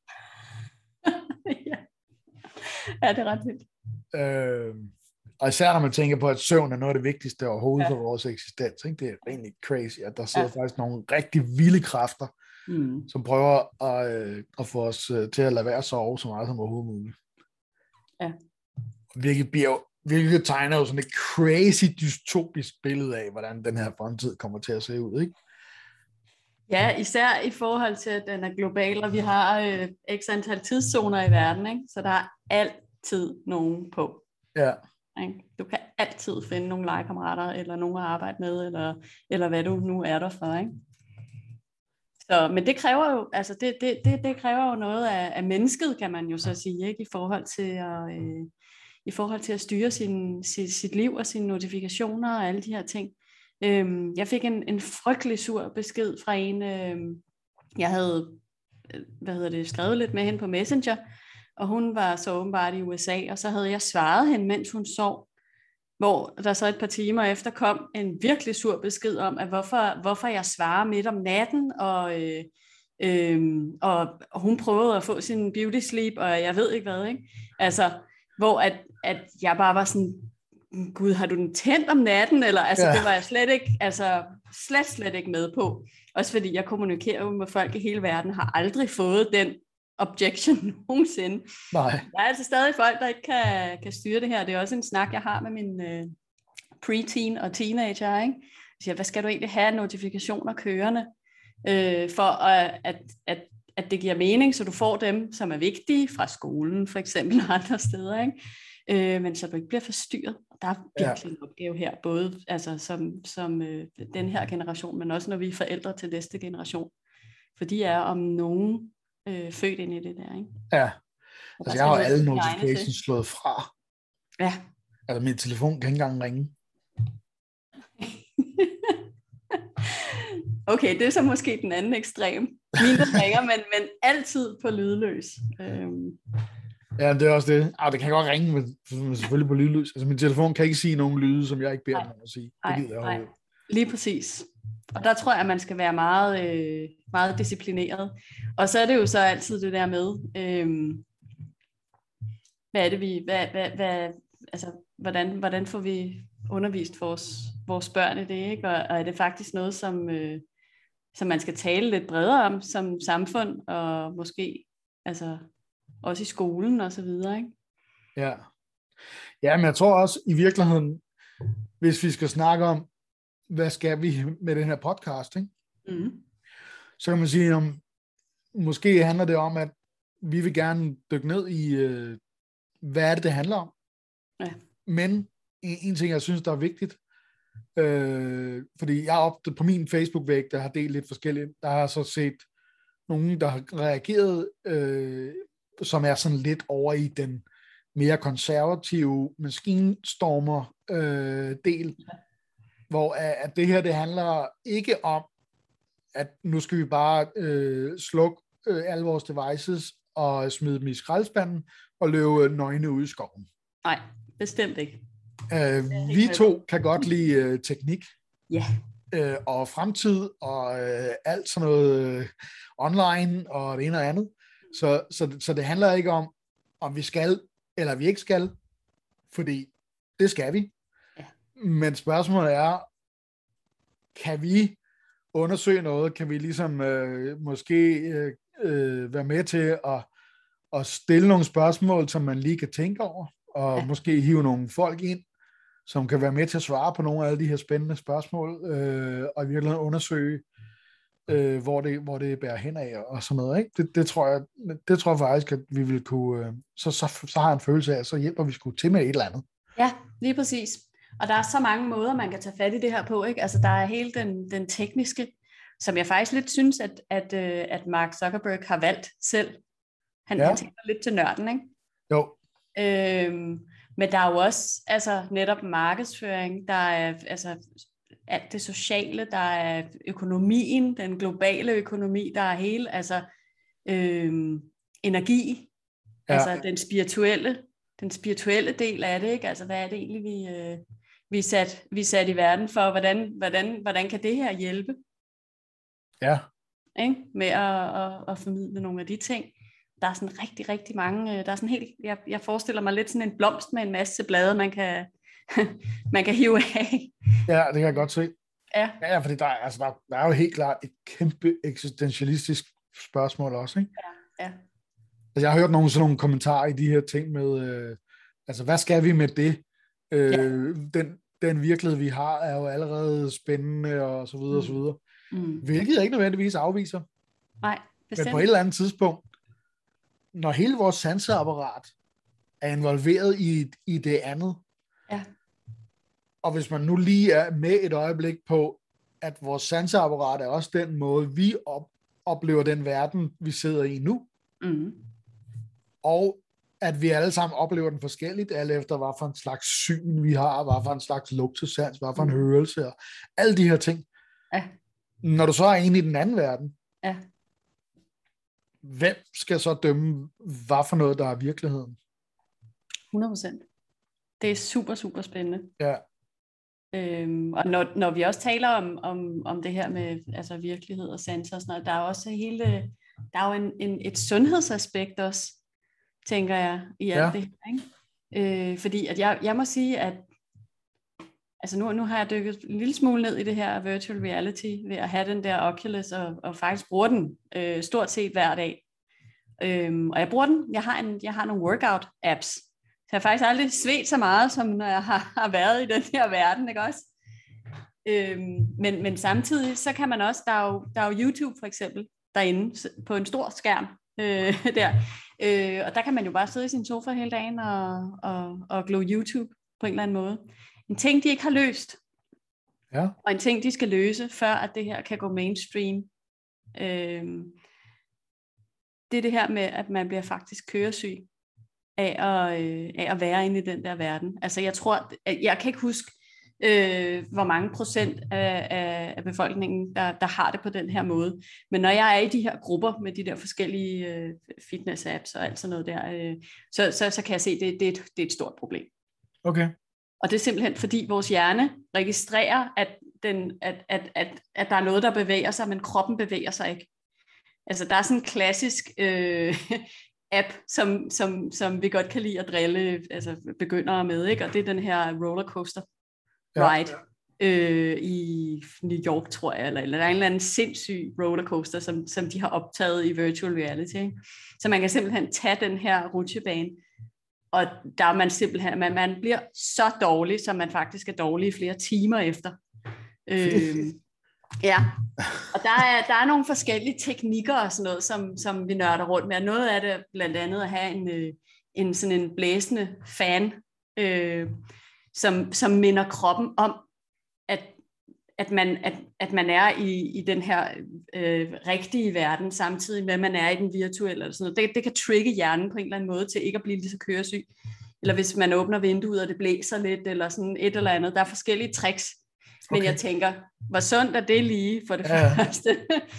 Ja, det er ret vildt. Og især når man tænker på, at søvn er noget af det vigtigste overhovedet for vores eksistens. Ikke? Det er rigtig crazy, at der sidder faktisk nogle rigtig vilde kræfter, som prøver at få os til at lade være at sove så meget som overhovedet muligt. Ja. Hvilket tegner jo sådan et crazy dystopisk billede af, hvordan den her fremtid kommer til at se ud, ikke? Ja, især i forhold til, at den er global, og vi har x antal tidszoner i verden, ikke? Så der er altid nogen på. Ja. Du kan altid finde nogle legekammerater, eller nogen at arbejde med, eller hvad du nu er der for, ikke? Så, men det kræver jo, altså det kræver jo noget af mennesket, kan man jo så sige, ikke? I forhold til at styre sit liv og sine notifikationer og alle de her ting. Jeg fik en frygtelig sur besked fra en, jeg havde skrevet lidt med hende på Messenger, og hun var så åbenbart i USA, og så havde jeg svaret hende, mens hun sov, hvor der så et par timer efter kom en virkelig sur besked om, at hvorfor jeg svarer midt om natten, og hun prøvede at få sin beauty sleep, og jeg ved ikke hvad, ikke? Altså, hvor at jeg bare var sådan, gud, har du den tændt om natten? Eller, altså, det var jeg slet ikke, altså, slet ikke med på. Også fordi jeg kommunikerer jo med folk i hele verden, har aldrig fået den objection nogensinde. Nej. Der er altså stadig folk, der ikke kan styre det her. Det er også en snak, jeg har med min preteen og teenager, ikke? Jeg siger, hvad skal du egentlig have notifikationer kørende, for at det giver mening, så du får dem, som er vigtige fra skolen, for eksempel, og andre steder, ikke? Men så du ikke bliver forstyrret. Der er virkelig en opgave her, både altså, som den her generation, men også når vi er forældre til næste generation. For de er om nogen født ind i det der, ikke? Ja, Og altså jeg har alle notifications slået fra. Ja. Altså min telefon kan ikke engang ringe. Okay, det er så måske den anden ekstrem. Mine ringer, men altid på lydløs. Ja, det er også det. Det kan godt ringe, men selvfølgelig på lydløs. Altså min telefon kan ikke sige nogen lyde, som jeg ikke beder den om at sige. Nej, lige præcis. Og der tror jeg, at man skal være meget, meget disciplineret. Og så er det jo så altid det der med, hvad er det vi, altså hvordan får vi undervist vores børn i det, ikke? Og er det faktisk noget, som man skal tale lidt bredere om som samfund, og måske altså også i skolen og så videre, ikke? Ja. Ja, men jeg tror også i virkeligheden, hvis vi skal snakke om, hvad skal vi med den her podcast, ikke? Mm. Så kan man sige, måske handler det om, at vi vil gerne dykke ned i, hvad er det handler om. Ja. Men en ting, jeg synes, der er vigtigt, fordi jeg har på min Facebook-væg, der har delt lidt forskelligt, der har så set nogen, der har reageret, som er sådan lidt over i den mere konservative maskinstormer del, hvor at det her, det handler ikke om, at nu skal vi bare slukke alle vores devices og smide dem i skraldespanden og løbe nøgne ud i skoven. Nej, bestemt ikke. Vi to kan godt lide teknik. Ja. Og fremtid og alt sådan noget online og det ene og andet. Så det handler ikke om vi skal eller vi ikke skal, fordi det skal vi. Ja. Men spørgsmålet er, kan vi undersøge noget? Kan vi ligesom måske være med til at stille nogle spørgsmål, som man lige kan tænke over, og måske hive nogle folk ind, som kan være med til at svare på nogle af alle de her spændende spørgsmål, og i virkeligheden undersøge, hvor det bærer hen af, og sådan noget, ikke? Det tror jeg faktisk, at vi vil kunne, så har jeg en følelse af, så hjælper vi sgu til med et eller andet. Ja, lige præcis. Og der er så mange måder, man kan tage fat i det her på, ikke? Altså, der er hele den tekniske, som jeg faktisk lidt synes, at Mark Zuckerberg har valgt selv. Han tænker lidt til nørden, ikke? Jo. Men der er jo også netop markedsføring, der er alt det sociale, der er økonomien, den globale økonomi, der er hele, energi, den spirituelle del af det, ikke? Altså hvad er det egentlig, vi er sat i verden for, hvordan kan det her hjælpe? Ja. Ikke? Med at formidle nogle af de ting. Der er sådan rigtig, rigtig mange, der er sådan helt, jeg forestiller mig lidt sådan en blomst med en masse blade, man kan hive af. Ja, det kan jeg godt se. Ja, fordi der er jo helt klart et kæmpe eksistentialistisk spørgsmål også, ikke? Ja. Altså, jeg har hørt nogle kommentarer i de her ting med, hvad skal vi med det? Den virkelighed, vi har, er jo allerede spændende, og så videre, og så videre. Hvilket jeg ikke nødvendigvis afviser. Nej, bestemt. Men på et eller andet tidspunkt, når hele vores sanseapparat er involveret i det andet, og hvis man nu lige er med et øjeblik på, at vores sanseapparat er også den måde, vi oplever den verden, vi sidder i nu, og at vi alle sammen oplever den forskelligt, alt efter hvad for en slags syn vi har, hvad for en slags lugtesans, hvad for en hørelse, og alle de her ting. Ja. Når du så er inde i den anden verden, hvem skal så dømme, hvad for noget, der er virkeligheden? 100%. Det er super, super spændende. Ja. Og når vi også taler om det her med virkelighed og sanser og sådan noget, der er også der er jo et sundhedsaspekt også, tænker jeg, i alt det her, ikke? Fordi at jeg må sige, at nu har jeg dykket en lille smule ned i det her virtual reality ved at have den der Oculus og faktisk bruger den stort set hver dag. Og jeg bruger den, jeg har nogle workout apps. Så jeg har faktisk aldrig svedt så meget, som når jeg har været i den her verden, ikke også? Men samtidig, så kan man også, der er jo YouTube for eksempel, derinde på en stor skærm der. Og der kan man jo bare sidde i sin sofa hele dagen og glo YouTube på en eller anden måde. En ting, de ikke har løst, og en ting, de skal løse, før at det her kan gå mainstream, Det er det her med, at man bliver faktisk køresyg af at være inde i den der verden. Altså jeg tror, jeg kan ikke huske, hvor mange procent af befolkningen, der har det på den her måde. Men når jeg er i de her grupper med de der forskellige fitness-apps og alt sådan noget der, så kan jeg se, at det er et stort problem. Okay. Og det er simpelthen fordi vores hjerne registrerer, at der er noget, der bevæger sig, men kroppen bevæger sig ikke. Altså der er sådan en klassisk app, som vi godt kan lide at drille begyndere med, ikke? Og det er den her rollercoaster ride i New York, tror jeg, eller der er en eller anden sindssyg rollercoaster, som de har optaget i virtual reality, ikke? Så man kan simpelthen tage den her rutsjebane, og der er man simpelthen, man bliver så dårlig, som man faktisk er dårlig i flere timer efter. Ja, og der er nogle forskellige teknikker og sådan noget, som vi nørder rundt med. Noget af det blandt andet at have en sådan en blæsende fan, som minder kroppen om, at man er i den her rigtige verden, samtidig med, at man er i den virtuelle. Eller sådan noget. Det kan trigge hjernen på en eller anden måde til ikke at blive lige så køresyg. Eller hvis man åbner vinduet, og det blæser lidt, eller sådan et eller andet. Der er forskellige tricks. Men jeg tænker, hvor sundt er det lige for det første?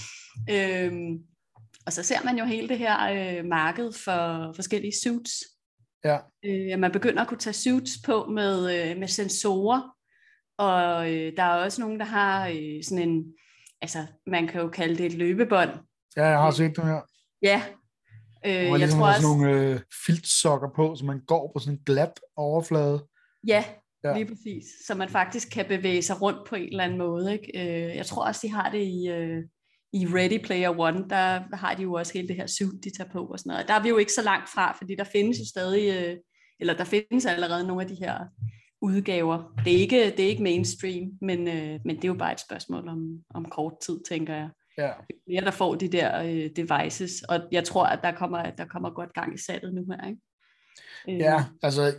Og så ser man jo hele det her marked for forskellige suits. Ja. Man begynder at kunne tage suits på med sensorer. Og der er også nogen, der har sådan en, altså man kan jo kalde det et løbebånd. Ja, jeg har set det her. Ja. Og ligesom sådan nogle filtsokker på, så man går på sådan en glat overflade. Ja, lige præcis. Så man faktisk kan bevæge sig rundt på en eller anden måde, ikke? Jeg tror også, de har det i Ready Player One. Der har de jo også hele det her suit, de tager på og sådan noget. Der er vi jo ikke så langt fra, fordi der findes jo stadig, eller der findes allerede nogle af de her udgaver. Det er ikke mainstream, men det er jo bare et spørgsmål om kort tid, tænker jeg. Ja. Flere, der får de der devices, og jeg tror, at der kommer godt gang i salget nu her, ikke? Ja, altså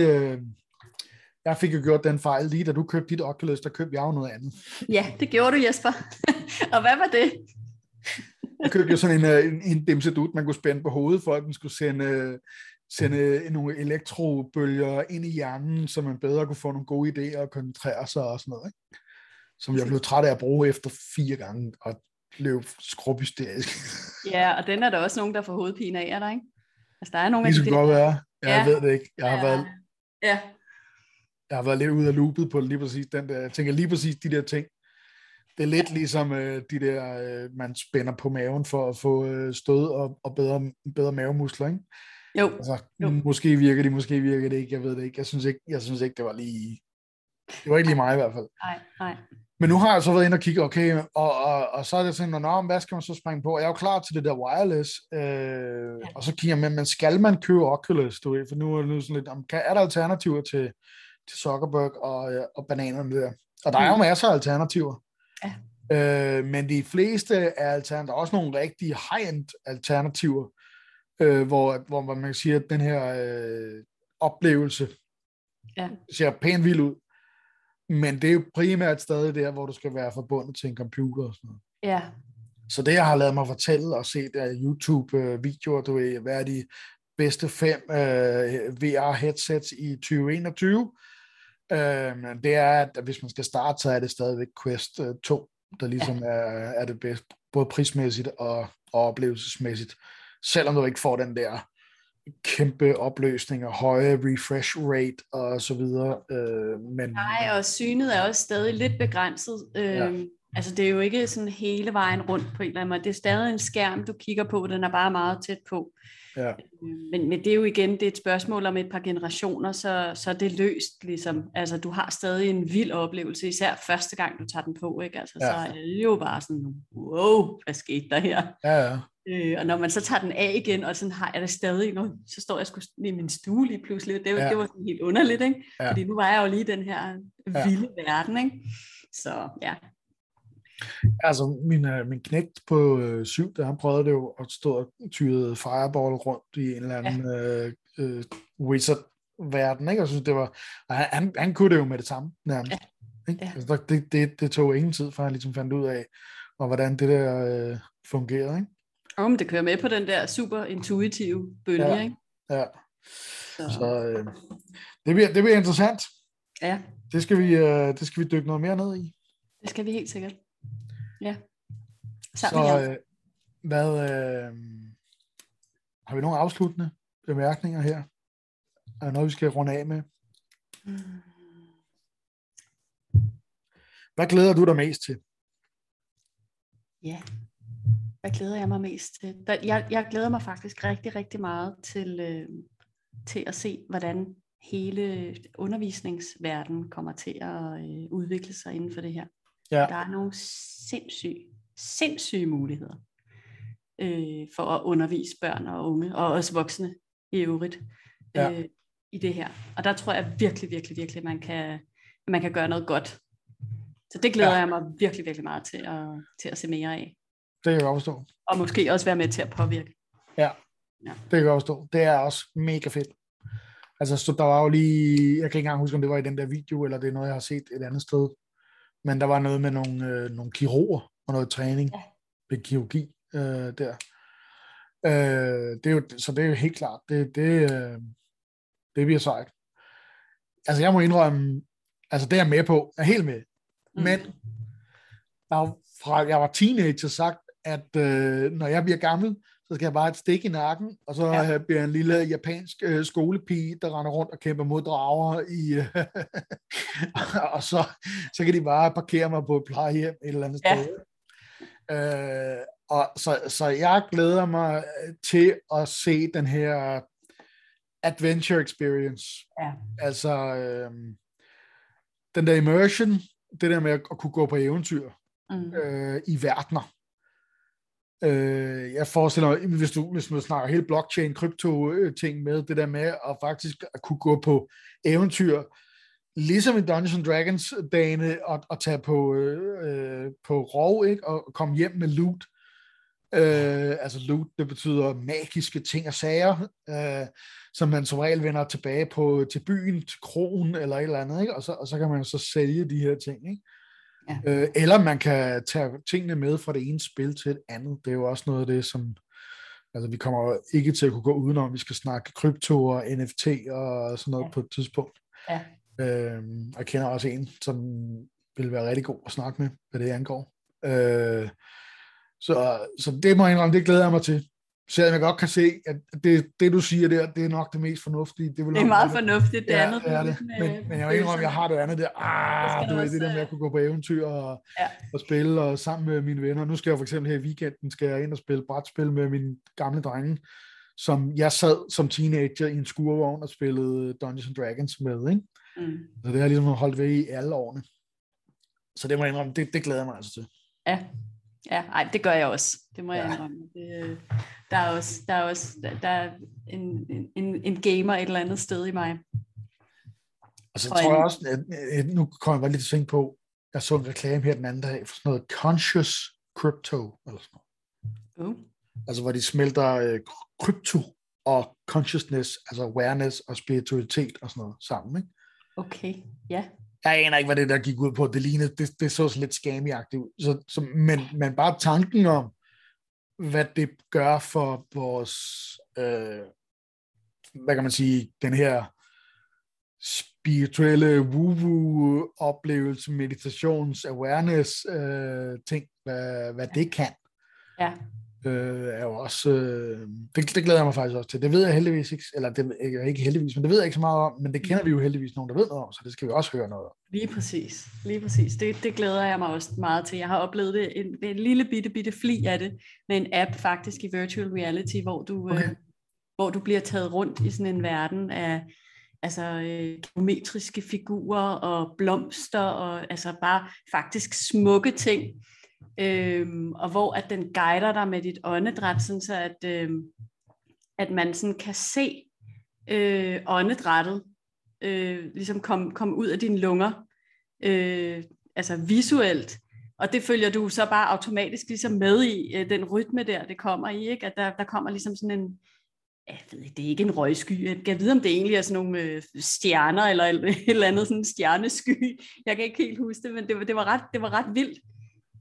jeg fik jo gjort den fejl, lige da du købte dit Oculus, der købte jeg jo noget andet. Ja, det gjorde du, Jesper. Og hvad var det? Jeg købte jo sådan en dimsedut, man kunne spænde på hovedet, for at den skulle sende nogle elektrobølger ind i hjernen, så man bedre kunne få nogle gode idéer og koncentrere sig og sådan noget, ikke? Som jeg blev træt af at bruge efter 4 gange, og blev skrubhysterisk. Ja, og den er der også nogen, der får hovedpine af, er der, ikke? Altså, der er nogle af de... Det skulle godt være. Jeg ved det ikke. Jeg har været lidt ude af loopet på lige præcis den der. Jeg tænker lige præcis de der ting. Det er lidt ligesom de der, man spænder på maven for at få stød og bedre mavemuskler, ikke? Jo. Altså, måske virker det ikke, jeg ved det ikke. Jeg synes ikke, det var ikke lige mig i hvert fald. Nej. Men nu har jeg så været inde og kigge, okay, og så er det sådan, hvad skal man så springe på? Jeg er jo klar til det der wireless, og så kigger jeg med, men skal man købe Oculus, du ved? For nu er det sådan lidt, er der alternativer til Zuckerberg og bananerne der? Og der er jo masser af alternativer. Ja. Men de fleste er alternativer. Der er også nogle rigtig high-end alternativer, hvor man kan sige, at den her oplevelse ser pænt vild ud. Men det er jo primært stadig der, hvor du skal være forbundet til en computer og sådan noget. Ja. Så det, jeg har lavet mig fortælle og set af YouTube-videoer, du ved, hvad er de bedste 5 VR-headsets i 2021, det er, at hvis man skal starte, så er det stadigvæk Quest 2, der ligesom er det bedste, både prismæssigt og oplevelsesmæssigt. Selvom du ikke får den der kæmpe opløsning og høje refresh rate og så videre. Nej, og synet er også stadig lidt begrænset. Altså det er jo ikke sådan hele vejen rundt på en eller anden måde. Det er stadig en skærm, du kigger på, den er bare meget tæt på. Ja. Men det er jo igen, det er et spørgsmål om et par generationer, så er det løst ligesom. Altså du har stadig en vild oplevelse, især første gang du tager den på, ikke? Altså så er det jo bare sådan, wow, hvad skete der her? Ja. Og når man så tager den af igen, og sådan har jeg det stadig, så står jeg sgu i min stue lige pludselig. Det var sådan helt underligt, ikke? Ja. Fordi nu var jeg jo lige i den her vilde verden, ikke? Så ja. Altså min knægt på 7, der han prøvede det jo at stå og tyrede fireball rundt i en eller anden wizard-verden, ikke? Og synes det var, han kunne det jo med det samme nærmest. Ikke? Altså, det tog ingen tid, før han ligesom fandt ud af, og hvordan det der fungerede, ikke? Men det kører med på den der super intuitive bølge, ikke? Ja. Så det bliver interessant. Ja. Det skal vi dykke noget mere ned i. Det skal vi helt sikkert. Ja. Så har vi nogle afsluttende bemærkninger her? Er der noget, vi skal runde af med? Hvad glæder du dig mest til? Ja, hvad glæder jeg mig mest til? Jeg glæder mig faktisk rigtig, rigtig meget til at se, hvordan hele undervisningsverdenen kommer til at udvikle sig inden for det her. Ja. Der er nogle sindssyge muligheder for at undervise børn og unge, og også voksne i øvrigt, i det her. Og der tror jeg virkelig, virkelig, virkelig, man kan gøre noget godt. Så det glæder jeg mig virkelig, virkelig meget til at se mere af. Det kan jeg godt forstå. Og måske også være med til at påvirke. Ja, det kan jeg godt forstå. Det er også mega fedt. Altså, så der var jo lige, jeg kan ikke engang huske, om det var i den der video, eller det er noget, jeg har set et andet sted. Men der var noget med nogle kirurger og noget træning ved kirurgi der. Så det er jo helt klart, det bliver sejt. Altså, jeg må indrømme, altså det er jeg med på, er helt med. Men fra jeg var teenager sagt, at når jeg bliver gammel, så skal jeg bare et stik i nakken, og så bliver jeg en lille japansk skolepige, der render rundt og kæmper mod drager og så kan de bare parkere mig på et plejehjem et eller andet sted. Så jeg glæder mig til at se den her adventure experience. Ja. Altså den der immersion, det der med at kunne gå på eventyr i verdener. Jeg forestiller mig, hvis man snakker hele blockchain, krypto-ting med, det der med at faktisk at kunne gå på eventyr, ligesom i Dungeons & Dragons-dagene, og tage på rov, ikke? Og komme hjem med loot. Altså loot, det betyder magiske ting og sager, som man som regel vender tilbage til byen, til krogen eller et eller andet, ikke? Og så kan man så sælge de her ting, ikke? Ja. Eller man kan tage tingene med fra det ene spil til et andet. Det er jo også noget af det, som altså vi kommer ikke til at kunne gå udenom. Vi skal snakke krypto og NFT og sådan noget på et tidspunkt. Ja. Jeg kender også en, som vil være rigtig god at snakke med, hvad det angår. Så det må jeg indrømme, det glæder jeg mig til. Selvom jeg godt kan se, at det du siger der, det er nok det mest fornuftige. Det er meget fornuftigt, det andet. Det er det. Men jeg må indrømme, at jeg har det andet der. Du ved, det der med at kunne gå på eventyr og spille og sammen med mine venner. Nu skal jeg for eksempel her i weekenden ind og spille brætspil med mine gamle drenge, som jeg sad som teenager i en skurvogn og spillede Dungeons & Dragons med. Ikke? Så det har jeg ligesom holdt ved i alle årene. Så det må jeg indrømme, det glæder jeg mig altså til. Ja, ej, det gør jeg også. Det må jeg indrømme. Der er en gamer et eller andet sted i mig. Og så tror jeg også, at nu kommer jeg bare lidt til at tænke på, jeg så en reklame her den anden dag for sådan noget conscious crypto, eller sådan noget. Altså hvor de smelter krypto og consciousness, altså awareness og spiritualitet og sådan noget sammen, ikke? Okay, ja. Jeg aner ikke, hvad det der gik ud på. Det lignede, det så lidt scammy-agtigt ud. Men bare tanken om, hvad det gør for vores, hvad kan man sige, den her spirituelle woo-woo-oplevelse, meditations, awareness ting, hvad det kan. Ja. Er jo også, det glæder jeg mig faktisk også til. Det ved jeg heldigvis ikke, eller det er ikke heldigvis, men det ved jeg ikke så meget om, men det kender vi jo heldigvis nogen, der ved noget om, så det skal vi også høre noget om. Lige præcis. Det glæder jeg mig også meget til. Jeg har oplevet det, en lille bitte fli af det, med en app faktisk i virtual reality, hvor du bliver taget rundt i sådan en verden af geometriske figurer og blomster, og altså bare faktisk smukke ting. Og hvor at den guider dig med dit åndedræt, sådan så at man sådan kan se åndedrættet ligesom komme ud af dine lunger, altså visuelt, og det følger du så bare automatisk ligesom med i den rytme der, det kommer i, ikke? At der kommer ligesom sådan en, jeg ved ikke, det er ikke en røgsky, jeg kan vide, om det egentlig er sådan nogle stjerner, eller et eller andet sådan en stjernesky, jeg kan ikke helt huske det, men det var ret vildt.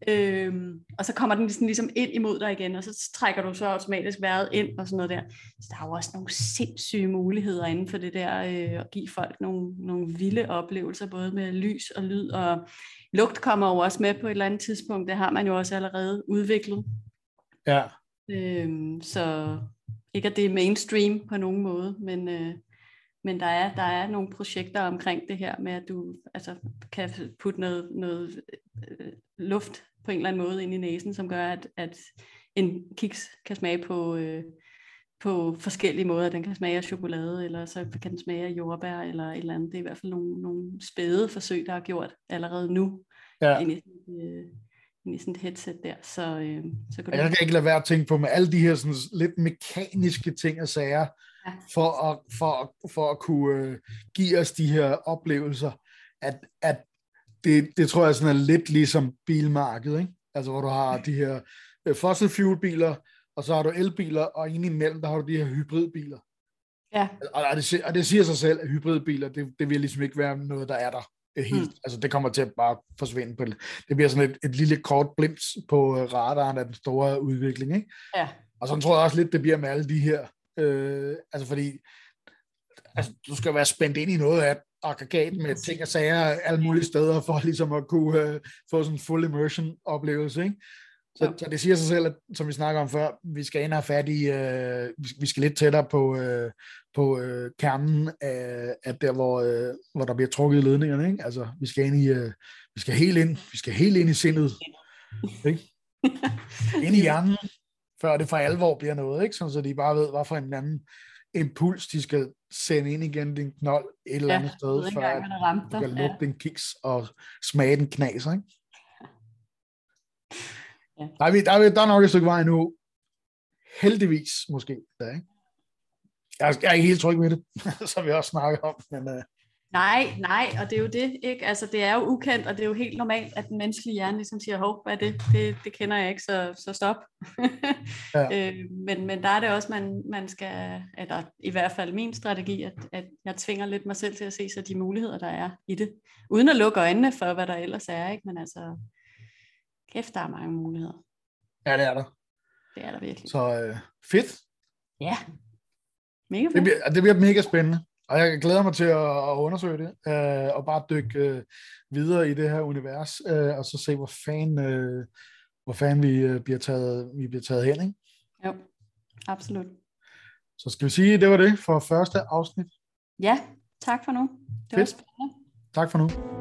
Og så kommer den sådan ligesom ind imod dig igen, og så trækker du så automatisk vejret ind og sådan noget der. Så der er jo også nogle sindssyge muligheder inden for det der, at give folk nogle vilde oplevelser, både med lys og lyd, og lugt kommer jo også med på et eller andet tidspunkt. Det har man jo også allerede udviklet. Ja. Så ikke at det er mainstream på nogen måde, men der er nogle projekter omkring det her med, at du altså, kan putte noget luft på en eller anden måde ind i næsen, som gør, at en kiks kan smage på forskellige måder. Den kan smage af chokolade, eller så kan den smage af jordbær, eller et eller andet. Det er i hvert fald nogle spæde forsøg, der er gjort allerede nu, ind i sådan et headset der. Så kan jeg kan ikke lade være at tænke på med alle de her sådan lidt mekaniske ting og sager, for at kunne give os de her oplevelser, at det tror jeg sådan er lidt ligesom bilmarkedet, ikke? Altså hvor du har de her fossil fuel biler, og så har du elbiler, og indimellem der har du de her hybridbiler. Ja. Og det siger sig selv, at hybridbiler, det vil ligesom ikke være noget, der er der helt. Altså det kommer til at bare forsvinde på det. Det bliver sådan et lille kort glimt på radaren af den store udvikling, ikke? Ja. Og så tror jeg også lidt, det bliver med alle de her, altså fordi du skal være spændt ind i noget af aggregat med ting og sager alle mulige steder, for ligesom at kunne få sådan en full immersion oplevelse, ikke? Så det siger sig selv, at, som vi snakker om før, vi skal ind og have fat i, vi skal lidt tættere på kernen af der, hvor der bliver trukket i ledningerne, ikke? Altså, vi skal helt ind i sindet, ikke? Ind i hjernen, før det for alvor bliver noget, ikke? Sådan, så de bare ved, hvad for en anden impuls, de skal sende ind igen din knold et eller andet sted, før du kan lukke den kiks og smage den knaser, ikke? Ja. Der er nok et stykke vej nu. Heldigvis, måske. Der, ikke? Jeg er ikke helt tryg med det, som vi også snakker om. Men, Nej, og det er jo det, ikke? Altså, det er jo ukendt, og det er jo helt normalt, at den menneskelige hjerne ligesom siger, hov, hvad er det? Det kender jeg ikke, så stop. Ja. Men der er det også, man skal, eller i hvert fald min strategi, at jeg tvinger lidt mig selv til at se så de muligheder, der er i det. Uden at lukke øjnene for, hvad der ellers er, ikke? Men altså, kæft, der er mange muligheder. Ja, det er der. Det er der virkelig. Så fedt. Ja, mega fedt. Det bliver mega spændende. Og jeg glæder mig til at undersøge det, og bare dykke videre i det her univers, og så se, hvor fanden vi bliver taget hen, ikke? Jo, absolut. Så skal vi sige, det var det for første afsnit. Ja, tak for nu. Det var spændende. Tak for nu.